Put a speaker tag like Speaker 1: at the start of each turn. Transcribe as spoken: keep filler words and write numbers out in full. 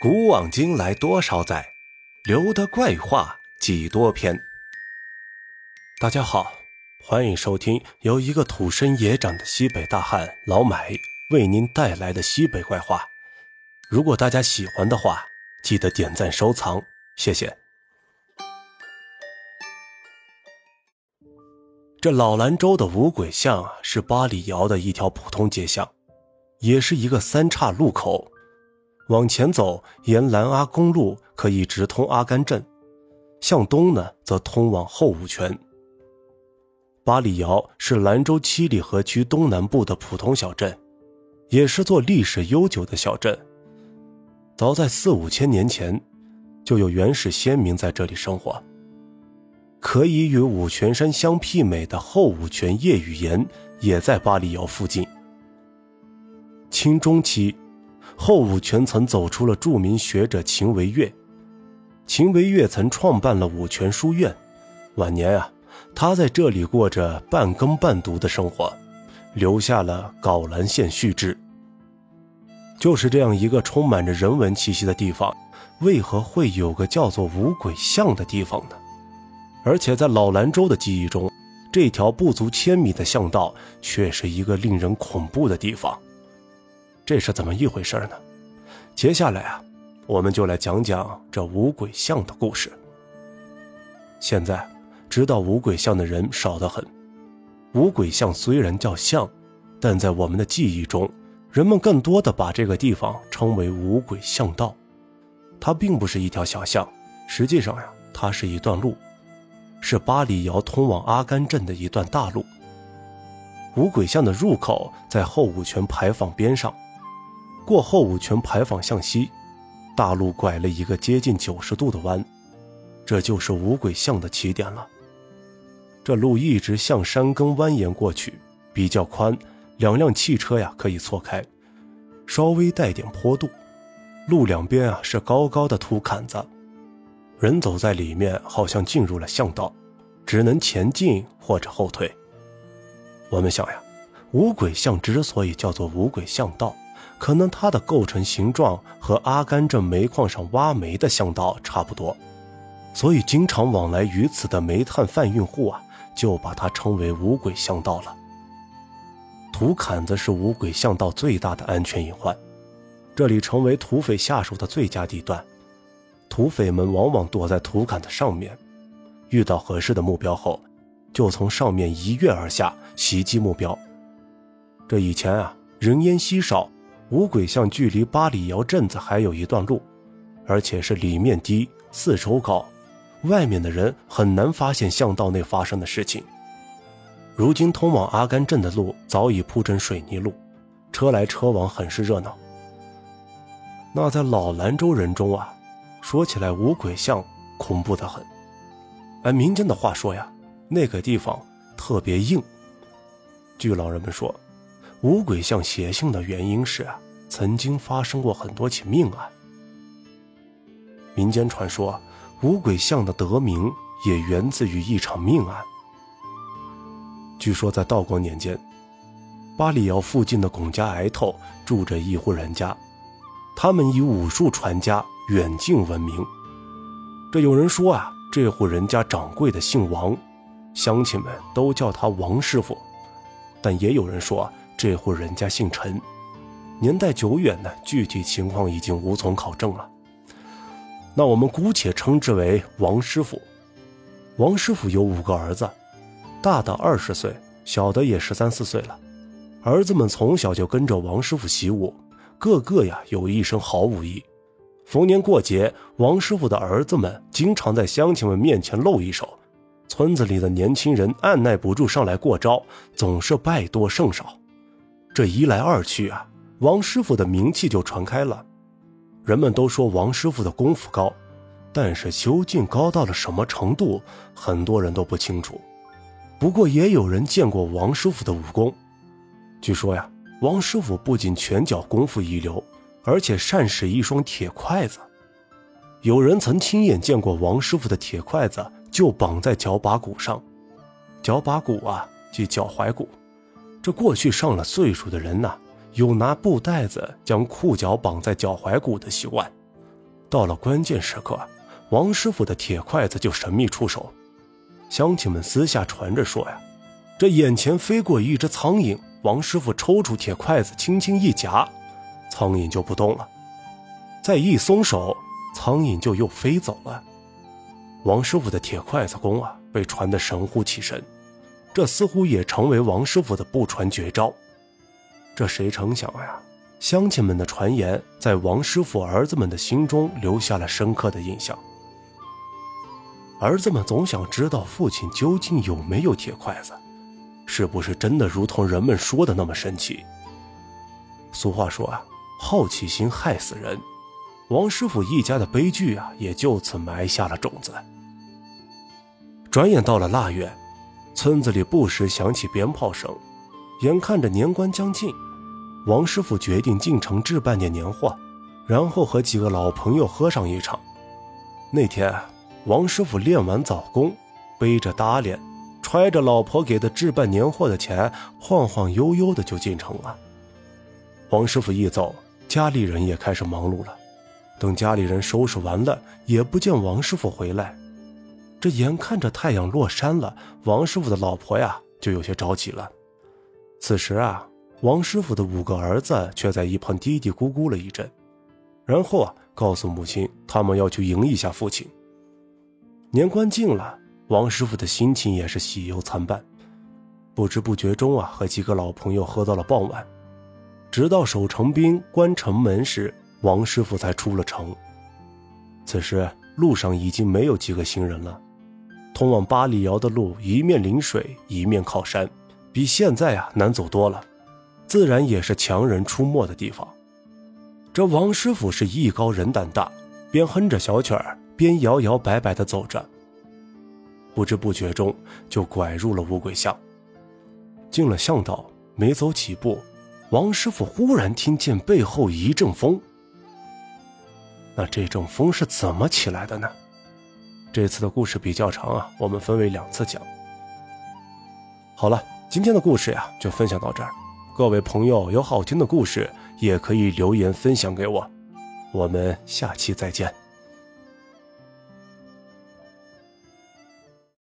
Speaker 1: 古往今来多少载，留得怪话几多篇。大家好，欢迎收听由一个土生野长的西北大汉老买为您带来的西北怪话。如果大家喜欢的话，记得点赞收藏，谢谢。这老兰州的五鬼巷啊，是八里窑的一条普通街巷，也是一个三岔路口。往前走，沿兰阿公路可以直通阿甘镇，向东呢则通往后五泉。八里窑是兰州七里河区东南部的普通小镇，也是座历史悠久的小镇。早在四五千年前，就有原始先民在这里生活。可以与五泉山相媲美的后五泉夜雨岩也在八里窑附近。清中期，后五泉曾走出了著名学者秦惟岳。秦惟岳曾创办了五泉书院，晚年啊，他在这里过着半耕半读的生活，留下了《皋兰县序志》。就是这样一个充满着人文气息的地方，为何会有个叫做五鬼巷的地方呢？而且在老兰州的记忆中，这条不足千米的巷道却是一个令人恐怖的地方。这是怎么一回事呢？接下来啊，我们就来讲讲这五鬼巷的故事。现在知道五鬼巷的人少得很。五鬼巷虽然叫巷，但在我们的记忆中，人们更多的把这个地方称为五鬼巷道。它并不是一条小巷，实际上呀，它是一段路，是八里窑通往阿甘镇的一段大路。五鬼巷的入口在后五泉牌坊边上，过后五泉牌坊向西，大路拐了一个接近九十度的弯，这就是五鬼巷的起点了。这路一直向山根蜿蜒过去，比较宽，两辆汽车呀可以错开，稍微带点坡度，路两边啊是高高的土坎子，人走在里面好像进入了巷道，只能前进或者后退。我们想呀，五鬼巷之所以叫做五鬼巷道，可能它的构成形状和阿甘镇煤矿上挖煤的巷道差不多，所以经常往来于此的煤炭贩运户啊，就把它称为五鬼巷道了。土坎子是五鬼巷道最大的安全隐患，这里成为土匪下手的最佳地段。土匪们往往躲在土坎子上面，遇到合适的目标后，就从上面一跃而下，袭击目标。这以前啊，人烟稀少，五鬼巷距离八里窑镇子还有一段路，而且是里面低，四周高，外面的人很难发现巷道内发生的事情。如今通往阿甘镇的路早已铺成水泥路，车来车往，很是热闹。那在老兰州人中啊，说起来五鬼巷恐怖得很。按民间的话说呀，那个地方特别硬。据老人们说，五鬼巷邪性的原因是啊，曾经发生过很多起命案。民间传说，五鬼巷的得名也源自于一场命案。据说在道光年间，八里窑附近的龚家崖头住着一户人家，他们以武术传家，远近闻名。这有人说啊，这户人家掌柜的姓王，乡亲们都叫他王师傅。但也有人说这户人家姓陈，年代久远呢，具体情况已经无从考证了。那我们姑且称之为王师傅。王师傅有五个儿子，大的二十岁，小的也十三四岁了。儿子们从小就跟着王师傅习武，个个呀有一身好武艺。逢年过节，王师傅的儿子们经常在乡亲们面前露一手，村子里的年轻人按耐不住上来过招，总是败多胜少。这一来二去啊，王师傅的名气就传开了。人们都说王师傅的功夫高，但是究竟高到了什么程度，很多人都不清楚。不过也有人见过王师傅的武功。据说呀，王师傅不仅拳脚功夫一流，而且善使一双铁筷子。有人曾亲眼见过王师傅的铁筷子就绑在脚把骨上。脚把骨啊，即脚踝骨。这过去上了岁数的人呐、啊，有拿布带子将裤脚绑在脚踝骨的习惯。 到了关键时刻，王师傅的铁筷子就神秘出手。乡亲们私下传着说呀，这眼前飞过一只苍蝇，王师傅抽出铁筷子轻轻一夹，苍蝇就不动了，再一松手，苍蝇就又飞走了。王师傅的铁筷子功啊，被传得神乎其神，这似乎也成为王师傅的不传绝招。这谁成想呀，乡亲们的传言在王师傅儿子们的心中留下了深刻的印象。儿子们总想知道父亲究竟有没有铁筷子，是不是真的如同人们说的那么神奇。俗话说啊，好奇心害死人，王师傅一家的悲剧啊，也就此埋下了种子。转眼到了腊月，村子里不时响起鞭炮声，眼看着年关将近，王师傅决定进城置办点年货，然后和几个老朋友喝上一场。那天王师傅练完早功，背着搭脸，揣着老婆给的置办年货的钱，晃晃悠悠的就进城了。王师傅一走，家里人也开始忙碌了。等家里人收拾完了，也不见王师傅回来。这眼看着太阳落山了，王师傅的老婆呀就有些着急了。此时啊，王师傅的五个儿子却在一旁嘀嘀咕咕了一阵，然后啊告诉母亲他们要去迎一下父亲。年关近了，王师傅的心情也是喜忧参半，不知不觉中啊和几个老朋友喝到了傍晚，直到守城兵关城门时，王师傅才出了城。此时路上已经没有几个行人了，通往八里窑的路一面临水一面靠山，比现在啊难走多了，自然也是强人出没的地方。这王师傅是艺高人胆大，边哼着小曲儿边摇摇摆摆地走着，不知不觉中就拐入了乌鬼巷。进了巷道，没走几步，王师傅忽然听见背后一阵风。那这阵风是怎么起来的呢？这次的故事比较长啊，我们分为两次讲。好了，今天的故事呀就分享到这儿。各位朋友有好听的故事也可以留言分享给我，我们下期再见。